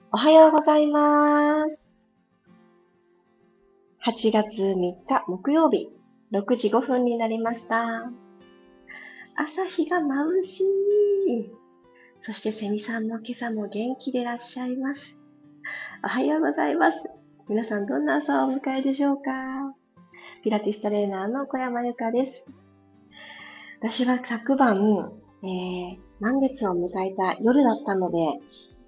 おはようございます。8月3日木曜日、6時5分になりました。朝日が眩しい。そしてセミさんも今朝も元気でいらっしゃいます。おはようございます。皆さんどんな朝をお迎えでしょうか？ピラティストレーナーの小山由かです。私は昨晩、満月を迎えた夜だったので、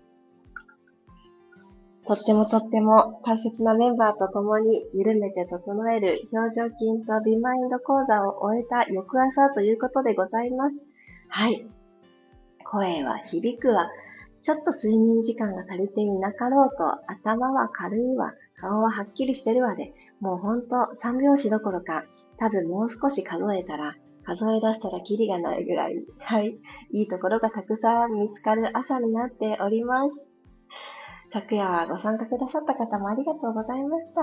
とっても大切なメンバーと共に緩めて整える表情筋とビマインド講座を終えた翌朝ということでございます。はい。声は響くわ。ちょっと睡眠時間が足りていなかろうと、頭は軽いわ。顔ははっきりしてるわで、もうほんと三拍子どころか、多分もう少し数え出したらキリがないぐらい、はい。いいところがたくさん見つかる朝になっております。昨夜はご参加くださった方もありがとうございました。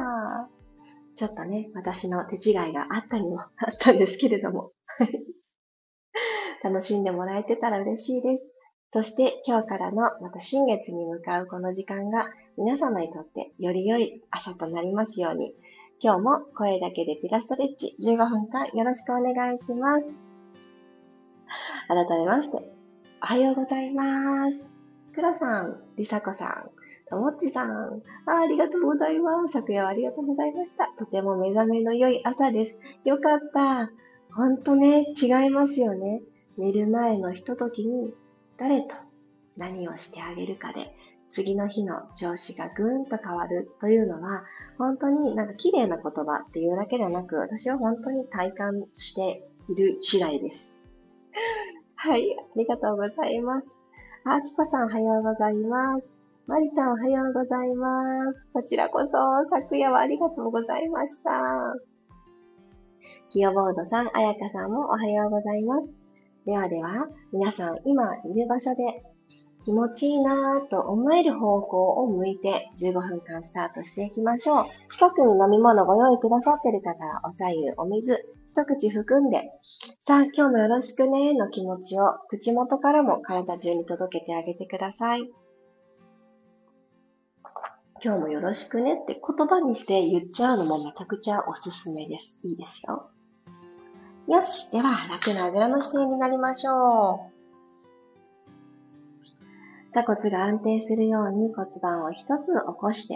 ちょっとね、私の手違いがあったにもあったんですけれども、楽しんでもらえてたら嬉しいです。そして今日からのまた新月に向かうこの時間が皆様にとってより良い朝となりますように、今日も声だけでピラストレッチ15分間よろしくお願いします。改めまして、おはようございます。くらさん、りさこさん、ともっちさん、ありがとうございます。昨夜はありがとうございました。とても目覚めの良い朝です。よかった。ほんとね、違いますよね。寝る前のひとときに誰と何をしてあげるかで、次の日の調子がぐーんと変わるというのは、本当になんか綺麗な言葉っていうだけではなく、私は本当に体感している次第です。はい、ありがとうございます。あきこさんおはようございます。まりさんおはようございます。こちらこそ昨夜はありがとうございました。キヨボードさん、あやかさんもおはようございます。では皆さん今いる場所で気持ちいいなぁと思える方向を向いて15分間スタートしていきましょう。近くに飲み物ご用意くださっている方はお白湯、お水、一口含んで、さあ今日もよろしくねの気持ちを口元からも体中に届けてあげてください。今日もよろしくねって言葉にして言っちゃうのもめちゃくちゃおすすめです。いいですよ。よし。では楽なあぐらの姿勢になりましょう。座骨が安定するように骨盤を一つ起こして、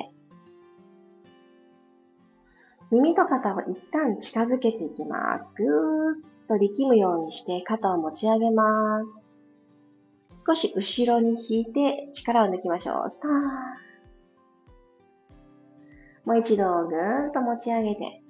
耳と肩を一旦近づけていきます。ぐーっと力むようにして肩を持ち上げます。少し後ろに引いて力を抜きましょう。スター。もう一度ぐーんと持ち上げて、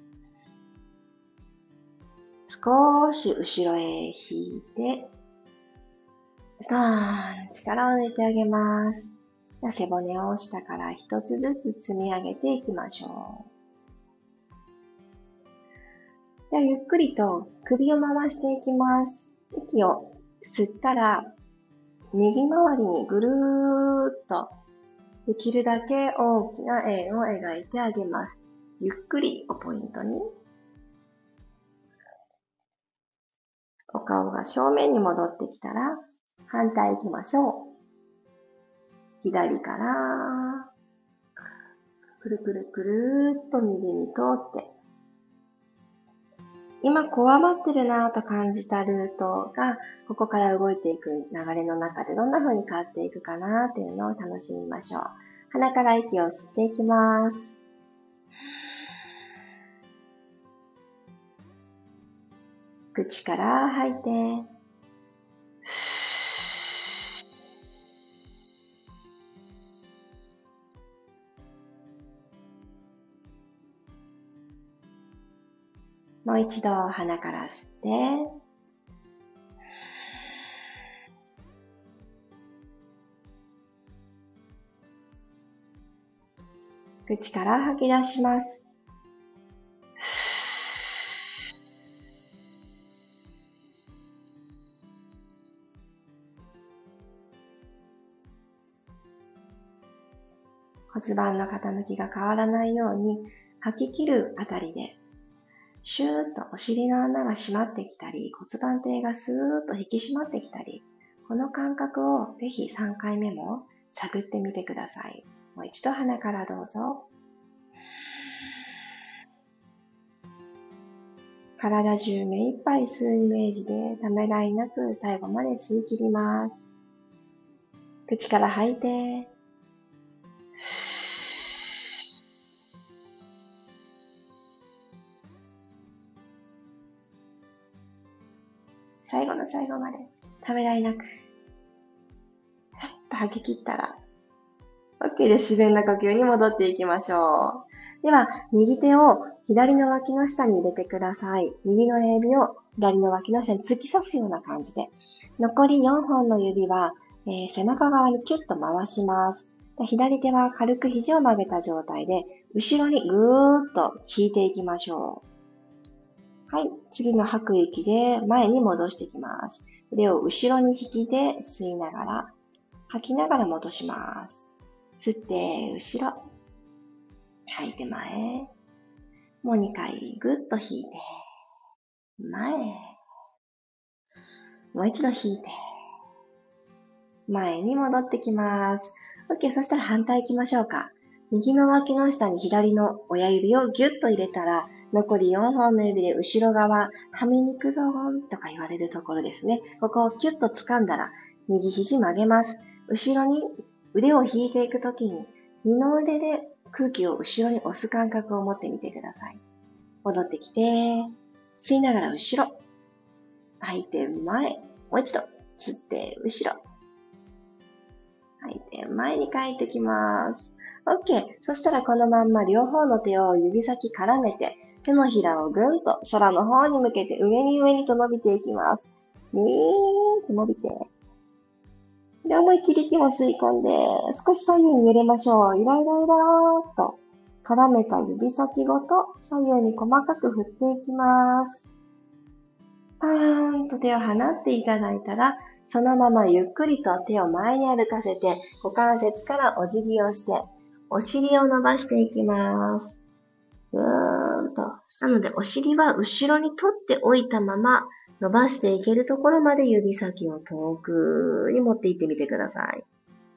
少し後ろへ引いて、スターン。力を抜いてあげます。背骨を下から一つずつ積み上げていきましょう。ではゆっくりと首を回していきます。息を吸ったら右回りにぐるーっとできるだけ大きな円を描いてあげます。ゆっくりをポイントにお顔が正面に戻ってきたら反対行きましょう。左からくるくるくるーっと右に通って今こわばってるなぁと感じたルートがここから動いていく流れの中でどんな風に変わっていくかなというのを楽しみましょう。鼻から息を吸っていきます。口から吐いてもう一度鼻から吸って口から吐き出します。骨盤の傾きが変わらないように吐き切るあたりでシューッとお尻の穴が閉まってきたり骨盤底がスーッと引き締まってきたりこの感覚をぜひ3回目も探ってみてください。 もう一度鼻からどうぞ。体中目いっぱい吸うイメージでためらいなく最後まで吸い切ります。口から吐いて、最後の最後までためらいなく、ふっと吐き切ったら、OK で自然な呼吸に戻っていきましょう。では、右手を左の脇の下に入れてください。右の親指を左の脇の下に突き刺すような感じで。残り4本の指は、背中側にキュッと回します。左手は軽く肘を曲げた状態で、後ろにぐーっと引いていきましょう。はい。次の吐く息で前に戻していきます。腕を後ろに引きで吸いながら、吐きながら戻します。吸って、後ろ。吐いて前。もう2回ぐっと引いて、前。もう一度引いて、前に戻ってきます。OK、そしたら反対行きましょうか。右の脇の下に左の親指をギュッと入れたら、残り4本の指で後ろ側、はみ肉ゾーンとか言われるところですね。ここをキュッと掴んだら、右肘曲げます。後ろに腕を引いていくときに、二の腕で空気を後ろに押す感覚を持ってみてください。戻ってきて、吸いながら後ろ。吐いて前。もう一度。吸って後ろ。吐いて前に帰ってきます。OK。そしたらこのまんま両方の手を指先絡めて、手のひらをぐんと空の方に向けて上にと伸びていきます。にーんと伸びて。で、思いっきり息も吸い込んで、少し左右に揺れましょう。イライライラーっと絡めた指先ごと左右に細かく振っていきます。パーンと手を放っていただいたら、そのままゆっくりと手を前に歩かせて、股関節からお辞儀をして、お尻を伸ばしていきます。ぐーんと。なので、お尻は後ろに取っておいたまま、伸ばしていけるところまで指先を遠くに持っていってみてください。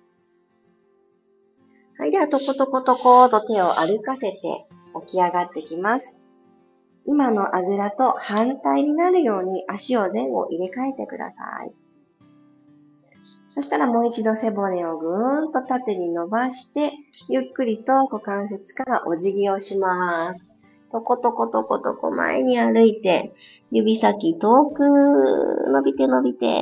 はい。では、トコトコトコと手を歩かせて起き上がってきます。今のあぐらと反対になるように足を前後入れ替えてください。そしたらもう一度背骨をぐーんと縦に伸ばして、ゆっくりと股関節からお辞儀をします。トコトコトコトコ前に歩いて、指先遠く伸びて伸びて。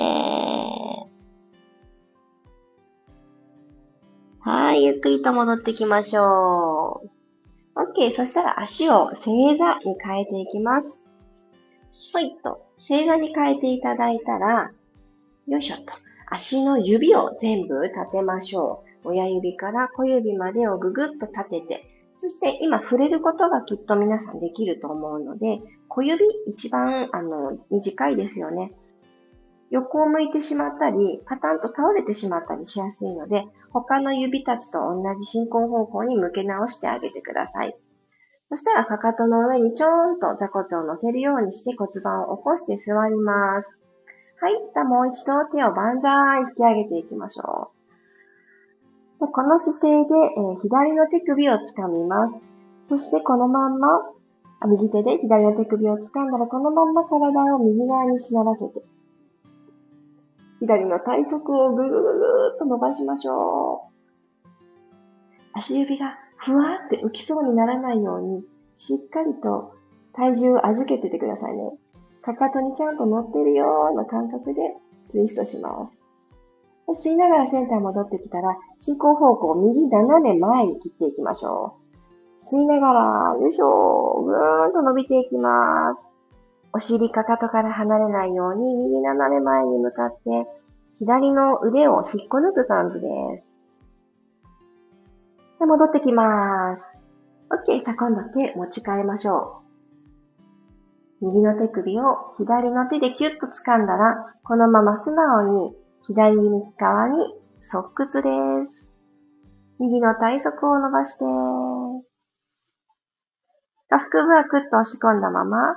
はい、ゆっくりと戻ってきましょう。OK、そしたら足を正座に変えていきます。ほいっと、正座に変えていただいたら、よいしょっと。足の指を全部立てましょう。親指から小指までをぐぐっと立てて、そして今触れることがきっと皆さんできると思うので、小指一番短いですよね。横を向いてしまったり、パタンと倒れてしまったりしやすいので、他の指たちと同じ進行方向に向け直してあげてください。そしたらかかとの上にちょーんと座骨を乗せるようにして骨盤を起こして座ります。はい。さあもう一度手を万歳引き上げていきましょう。でこの姿勢で、左の手首を掴みます。そしてこのまんま、右手で左の手首を掴んだらこのまんま体を右側にしならせて、左の体側をぐぐぐぐーっと伸ばしましょう。足指がふわーって浮きそうにならないように、しっかりと体重を預けててくださいね。かかとにちゃんと乗ってるような感覚でツイストします。吸いながらセンター戻ってきたら、進行方向を右斜め前に切っていきましょう。吸いながら、よいしょ、ぐーんと伸びていきます。お尻かかとから離れないように、右斜め前に向かって、左の腕を引っこ抜く感じです。で、戻ってきます。OK、さあ今度手持ち替えましょう。右の手首を左の手でキュッと掴んだら、このまま素直に左側に側屈です。右の体側を伸ばして、下腹部はクッと押し込んだまま、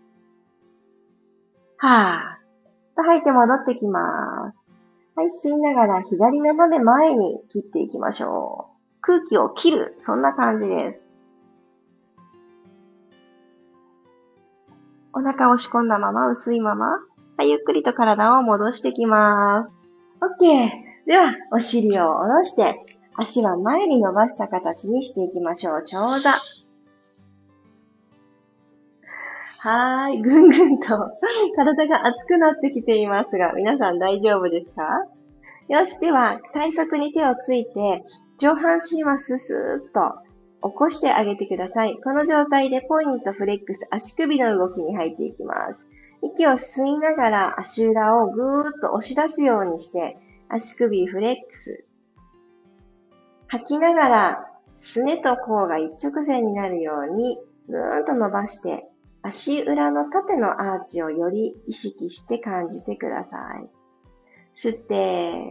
はーっと吐いて戻ってきます。はい、吸いながら左斜め前に切っていきましょ空気を切る、そんな感じです。お腹を押し込んだまま、薄いまま、ゆっくりと体を戻してきます。OK。では、お尻を下ろして、足は前に伸ばした形にしていきましょう。長座。ぐんぐんと体が熱くなってきていますが、皆さん大丈夫ですか？よし、では、体側に手をついて、上半身はススーッと起こしてあげてください。この状態でポイント、フレックス、足首の動きに入っていきます。息を吸いながら足裏をぐーっと押し出すようにして、足首フレックス。吐きながら、すねと甲が一直線になるように、ぐーんと伸ばして、足裏の縦のアーチをより意識して感じてください。吸って、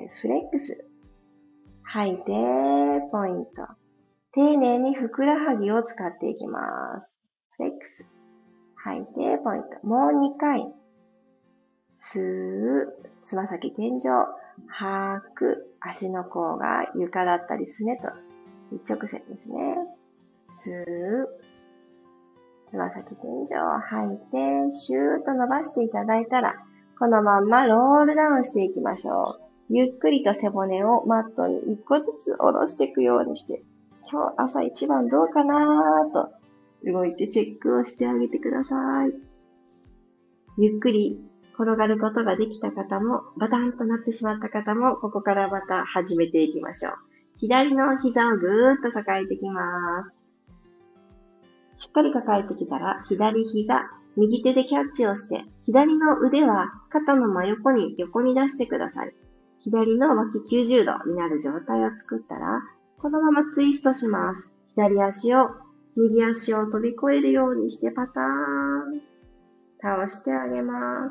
フレックス。吐いて、ポイント。丁寧にふくらはぎを使っていきます。フレックス。吐いて、ポイント。もう2回。吸う、つま先天井。吐く、足の甲が床だったりすねと一直線ですね。吸う、つま先天井。吐いて、シューッと伸ばしていただいたら、このまんまロールダウンしていきましょう。ゆっくりと背骨をマットに一個ずつ下ろしていくようにして、今日朝一番どうかなーと動いてチェックをしてあげてください。ゆっくり転がることができた方も、バタンとなってしまった方も、ここからまた始めていきましょう。左の膝をぐーっと抱えていきます。しっかり抱えてきたら、左膝、右手でキャッチをして、左の腕は肩の真横に横に出してください。左の脇90度になる状態を作ったら、このままツイストします。左足を、右足を飛び越えるようにしてパターン。倒してあげます。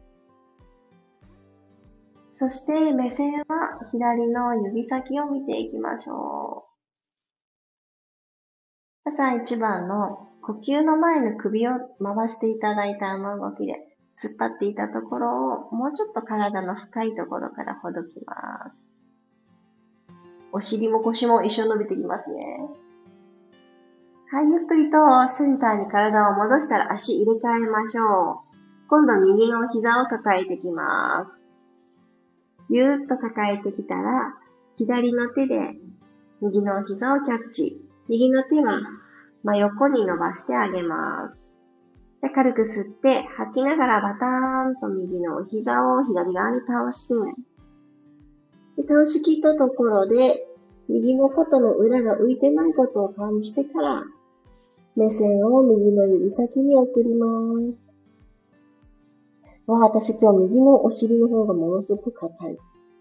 そして目線は左の指先を見ていきましょう。朝一番の呼吸の前の首を回していただいたあの動きで突っ張っていたところをもうちょっと体の深いところからほどきます。お尻も腰も一緒に伸びてきますね。はい、ゆっくりとセンターに体を戻したら足入れ替えましょう。今度右の膝を抱えてきます。ゆーっと抱えてきたら、左の手で右の膝をキャッチ。右の手は真横に伸ばしてあげます。で軽く吸って吐きながらバターンと右の膝を左側に倒して、で倒しきったところで右の肩の裏が浮いてないことを感じてから目線を右の指先に送ります。私今日右のお尻の方がものすごく硬い。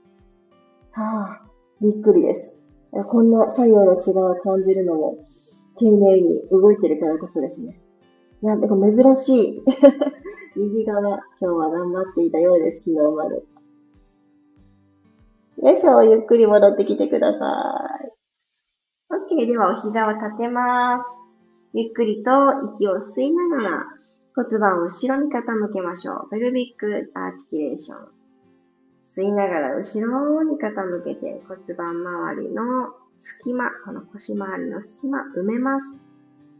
びっくりです。こんな左右の違いを感じるのも丁寧に動いてるからこそですね。なんだか珍しい。右側、今日は頑張っていたようです、昨日まで。よいしょ、ゆっくり戻ってきてください。OK、ではお膝を立てます。ゆっくりと息を吸いながら骨盤を後ろに傾けましょう。ペルビックアーティキュレーション。吸いながら後ろに傾けて骨盤周りの隙間、この腰周りの隙間埋めます。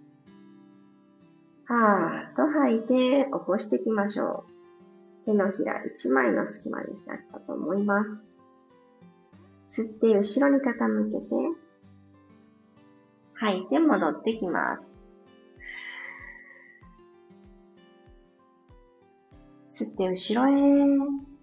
はーっと吐いて起こしていきましょう。手のひら1枚の隙間になったと思います。吸って後ろに傾けて、吐いて戻ってきます。吸って後ろへ。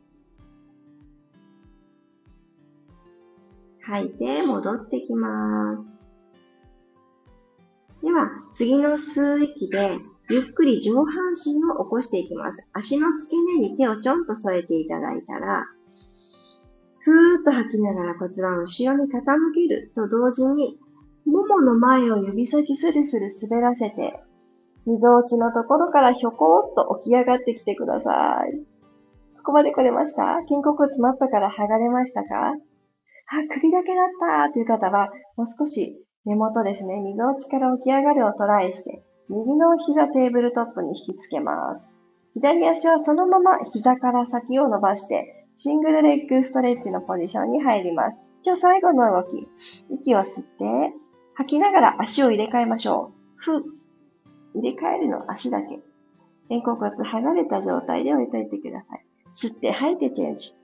吐いて戻ってきます。では、次の吸う息で、ゆっくり上半身を起こしていきます。足の付け根に手をちょんと添えていただいたら、ふーっと吐きながら骨盤を後ろに傾けると同時に、ももの前を指先スルスル滑らせて、溝落ちのところからひょこーっと起き上がってきてください。ここまで来れました？肩甲骨マットから剥がれましたか？首だけだったという方は、もう少し根元ですね、溝落ちから起き上がるをトライして、右の膝テーブルトップに引きつけます。左足はそのまま膝から先を伸ばして、シングルレッグストレッチのポジションに入ります。 じゃあ最後の動き。息を吸って、吐きながら足を入れ替えましょう。入れ替えるの足だけ。肩甲骨離れた状態で置いといてください。吸って吐いてチェンジ。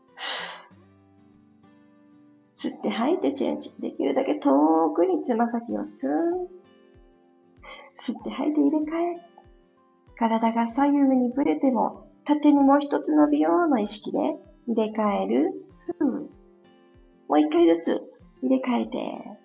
吸って吐いてチェンジ。できるだけ遠くにつま先をツーン。吸って吐いて入れ替え。体が左右にぶれても、縦にもう一つ伸びようの意識で入れ替える。もう一回ずつ入れ替えて。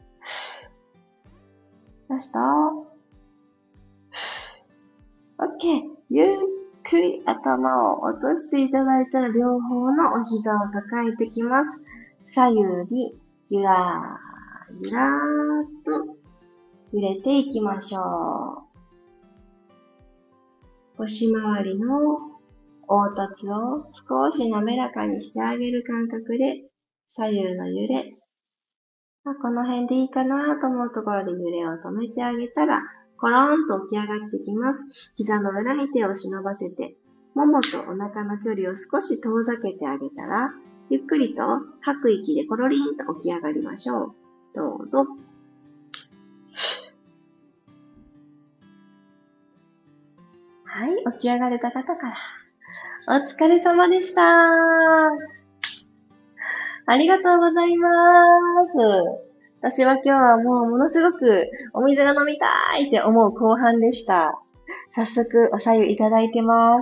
ラスト。OK。ゆっくり頭を落としていただいたら両方のお膝を抱えてきます。左右にゆらーゆらーっと揺れていきましょう。腰回りの凹凸を少し滑らかにしてあげる感覚で左右の揺れ。この辺でいいかなと思うところで揺れを止めてあげたら、コロンと起き上がってきます。膝の裏に手を忍ばせて、ももとお腹の距離を少し遠ざけてあげたら、ゆっくりと吐く息でコロリンと起き上がりましょう。どうぞ。はい、起き上がれた方から。お疲れ様でした。ありがとうございます。私は今日はもうものすごくお水が飲みたいって思う後半でした。早速お白湯いただいてます。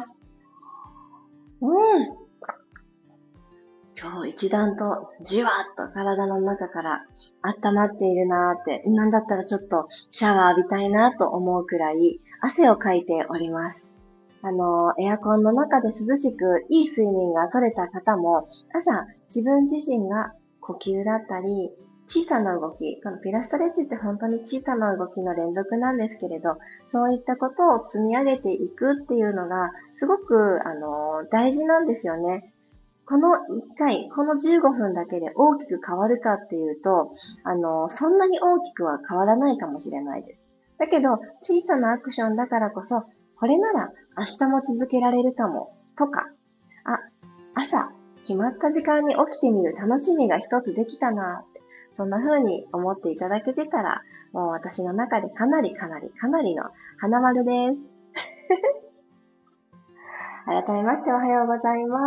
今日一段とじわっと体の中から温まっているなーって、なんだったらちょっとシャワー浴びたいなと思うくらい汗をかいております。エアコンの中で涼しくいい睡眠が取れた方も、朝自分自身が呼吸だったり、小さな動き、このピラストレッチって本当に小さな動きの連続なんですけれど、そういったことを積み上げていくっていうのが、すごく、大事なんですよね。この1回、この15分だけで大きく変わるかっていうと、そんなに大きくは変わらないかもしれないです。だけど、小さなアクションだからこそ、これなら明日も続けられるかも、とか、朝、決まった時間に起きてみる楽しみが一つできたなって、そんな風に思っていただけてたら、もう私の中でかなりの花丸です。改めましておはようございます。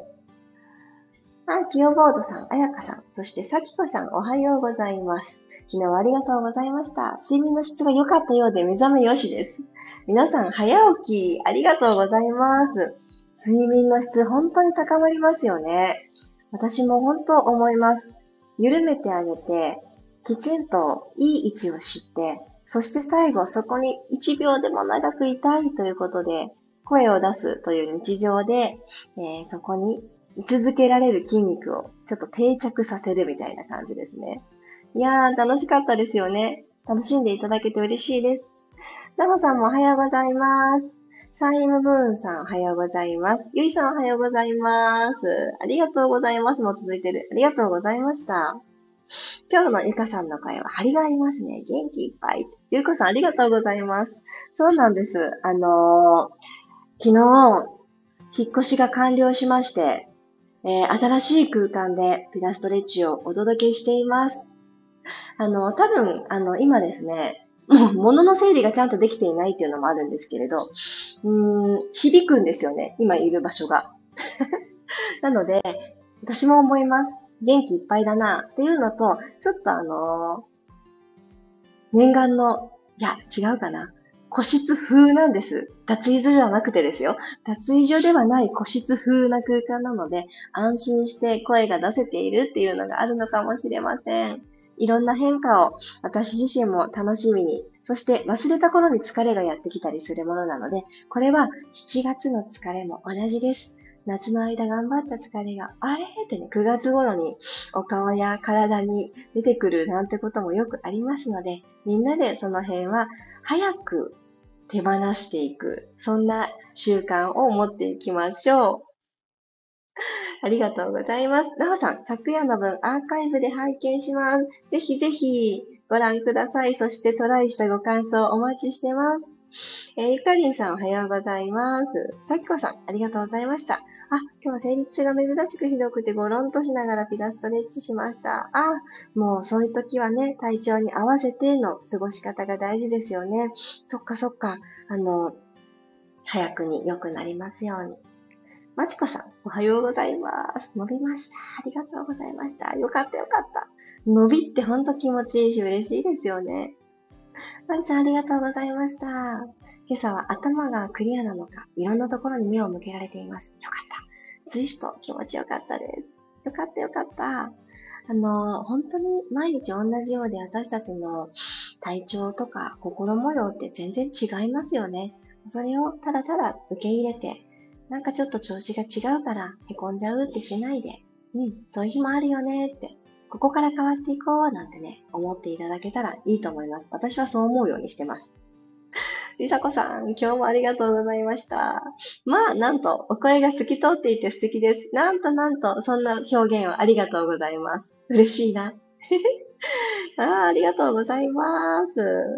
キヨボードさん、あやかさん、そしてさきこさん、おはようございます。昨日はありがとうございました。睡眠の質が良かったようで目覚めよしです。皆さん、早起き、ありがとうございます。睡眠の質、本当に高まりますよね。私も本当思います。緩めてあげて、きちんといい位置を知って、そして最後そこに1秒でも長くいたいということで、声を出すという日常で、そこに居続けられる筋肉をちょっと定着させるみたいな感じですね。いやー、楽しかったですよね。楽しんでいただけて嬉しいです。ナホさんもおはようございます。サイムブーンさんおはようございます。ゆいさんおはようございます。ありがとうございますも続いてる。ありがとうございました。今日のゆかさんの声は張りがありますね。元気いっぱい。ゆうこさんありがとうございます。そうなんです。昨日、引っ越しが完了しまして、新しい空間でピラストレッチをお届けしています。多分、今ですね、物の整理がちゃんとできていないっていうのもあるんですけれど、響くんですよね、今いる場所が。なので、私も思います。元気いっぱいだなっていうのと、ちょっと念願の、いや、違うかな。個室風なんです。脱衣所ではなくてですよ。脱衣所ではない個室風な空間なので、安心して声が出せているっていうのがあるのかもしれません。いろんな変化を私自身も楽しみに、そして忘れた頃に疲れがやってきたりするものなので、これは7月の疲れも同じです。夏の間頑張った疲れが、あれってね、9月頃にお顔や体に出てくるなんてこともよくありますので、みんなでその辺は早く手放していく、そんな習慣を持っていきましょう。ありがとうございます。なおさん、昨夜の分アーカイブで拝見します。ぜひぜひご覧ください。そしてトライしたご感想お待ちしてます。ゆかりんさんおはようございます。さきこさん、ありがとうございました。 今日は生理痛が珍しくひどくてゴロンとしながらピラストレッチしました。もうそういう時はね、体調に合わせての過ごし方が大事ですよね。そっか。早くに良くなりますように。まちこさん、おはようございます。伸びました。ありがとうございました。よかった。伸びってほんと気持ちいいし嬉しいですよね。まりさん、ありがとうございました。今朝は頭がクリアなのか、いろんなところに目を向けられています。よかった。随時と気持ちよかったです。よかった。本当に毎日同じようで私たちの体調とか心模様って全然違いますよね。それをただただ受け入れて、なんかちょっと調子が違うから凹んじゃうってしないで、そういう日もあるよねって、ここから変わっていこうなんてね、思っていただけたらいいと思います。私はそう思うようにしてます。りさこさん、今日もありがとうございました。なんと、お声が透き通っていて素敵です。なんと、そんな表現をありがとうございます。嬉しいな。ありがとうございます。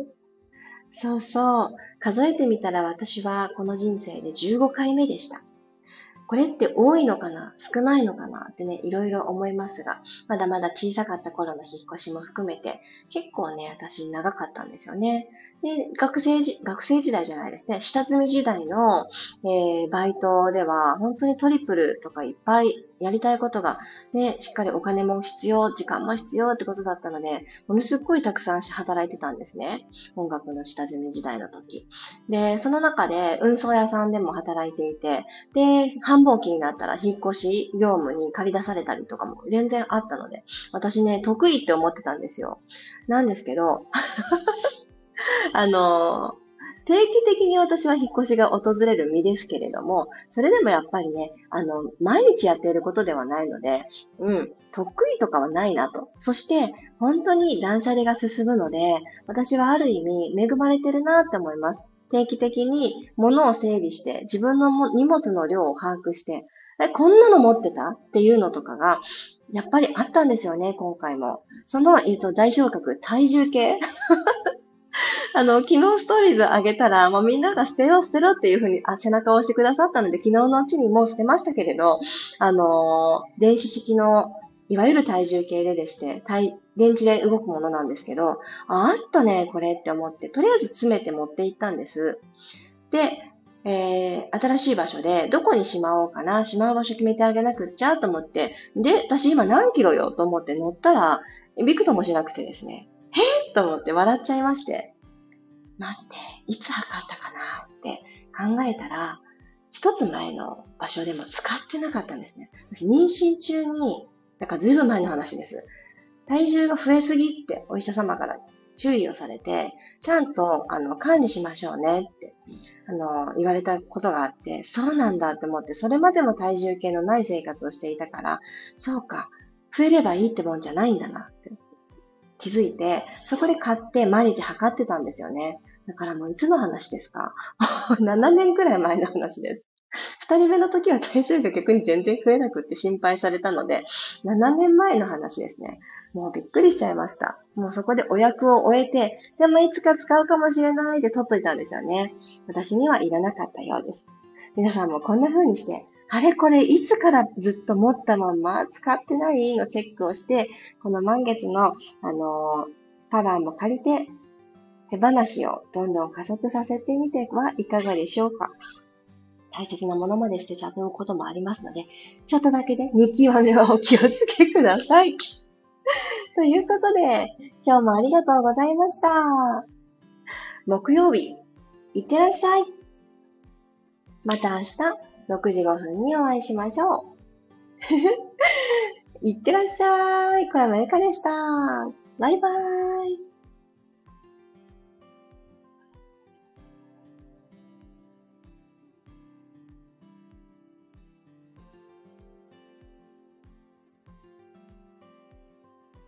そう。数えてみたら私はこの人生で15回目でした。これって多いのかな少ないのかなってね、いろいろ思いますが、まだまだ小さかった頃の引っ越しも含めて、結構ね、私長かったんですよね。で、学生時代じゃないですね、下積み時代の、バイトでは、本当にトリプルとかいっぱいやりたいことが、ね、しっかりお金も必要、時間も必要ってことだったので、ものすっごいたくさん働いてたんですね。音楽の下積み時代の時。で、その中で運送屋さんでも働いていて、で、繁忙期になったら引っ越し業務に借り出されたりとかも全然あったので、私ね、得意って思ってたんですよ。なんですけど、定期的に私は引っ越しが訪れる身ですけれども、それでもやっぱりね、毎日やっていることではないので、得意とかはないなと。そして、本当に断捨離が進むので、私はある意味恵まれてるなって思います。定期的に物を整理して、自分の荷物の量を把握して、こんなの持ってたっていうのとかが、やっぱりあったんですよね、今回も。その、代表格、体重計。昨日ストーリーズ上げたら、みんなが捨てろっていうふうに背中を押してくださったので、昨日のうちにもう捨てましたけれど、電子式の、いわゆる体重計でして、電池で動くものなんですけど、あったね、これって思って、とりあえず詰めて持って行ったんです。で、新しい場所でどこにしまおうかな、しまう場所決めてあげなくっちゃと思って、で、私今何キロよと思って乗ったら、びくともしなくてですね、と思って笑っちゃいまして、待って、いつ測ったかなって考えたら、一つ前の場所でも使ってなかったんですね。私、妊娠中に、ずいぶん前の話です。体重が増えすぎってお医者様から注意をされて、ちゃんと、管理しましょうねって、言われたことがあって、そうなんだって思って、それまでも体重計のない生活をしていたから、そうか、増えればいいってもんじゃないんだなって気づいて、そこで買って毎日測ってたんですよね。だからもういつの話ですか？7年くらい前の話です。二人目の時は体重が逆に全然増えなくって心配されたので、7年前の話ですね。もうびっくりしちゃいました。もうそこでお役を終えて、でもいつか使うかもしれないで取っといたんですよね。私にはいらなかったようです。皆さんもこんな風にして、あれこれいつからずっと持ったまま使ってないのチェックをして、この満月の、パワーも借りて、手放しをどんどん加速させてみてはいかがでしょうか。大切なものまで捨てちゃうこともありますので、ちょっとだけで見極めはお気をつけください。ということで、今日もありがとうございました。木曜日、いってらっしゃい。また明日、6時5分にお会いしましょう。いってらっしゃい。小山由かでした。バイバーイ。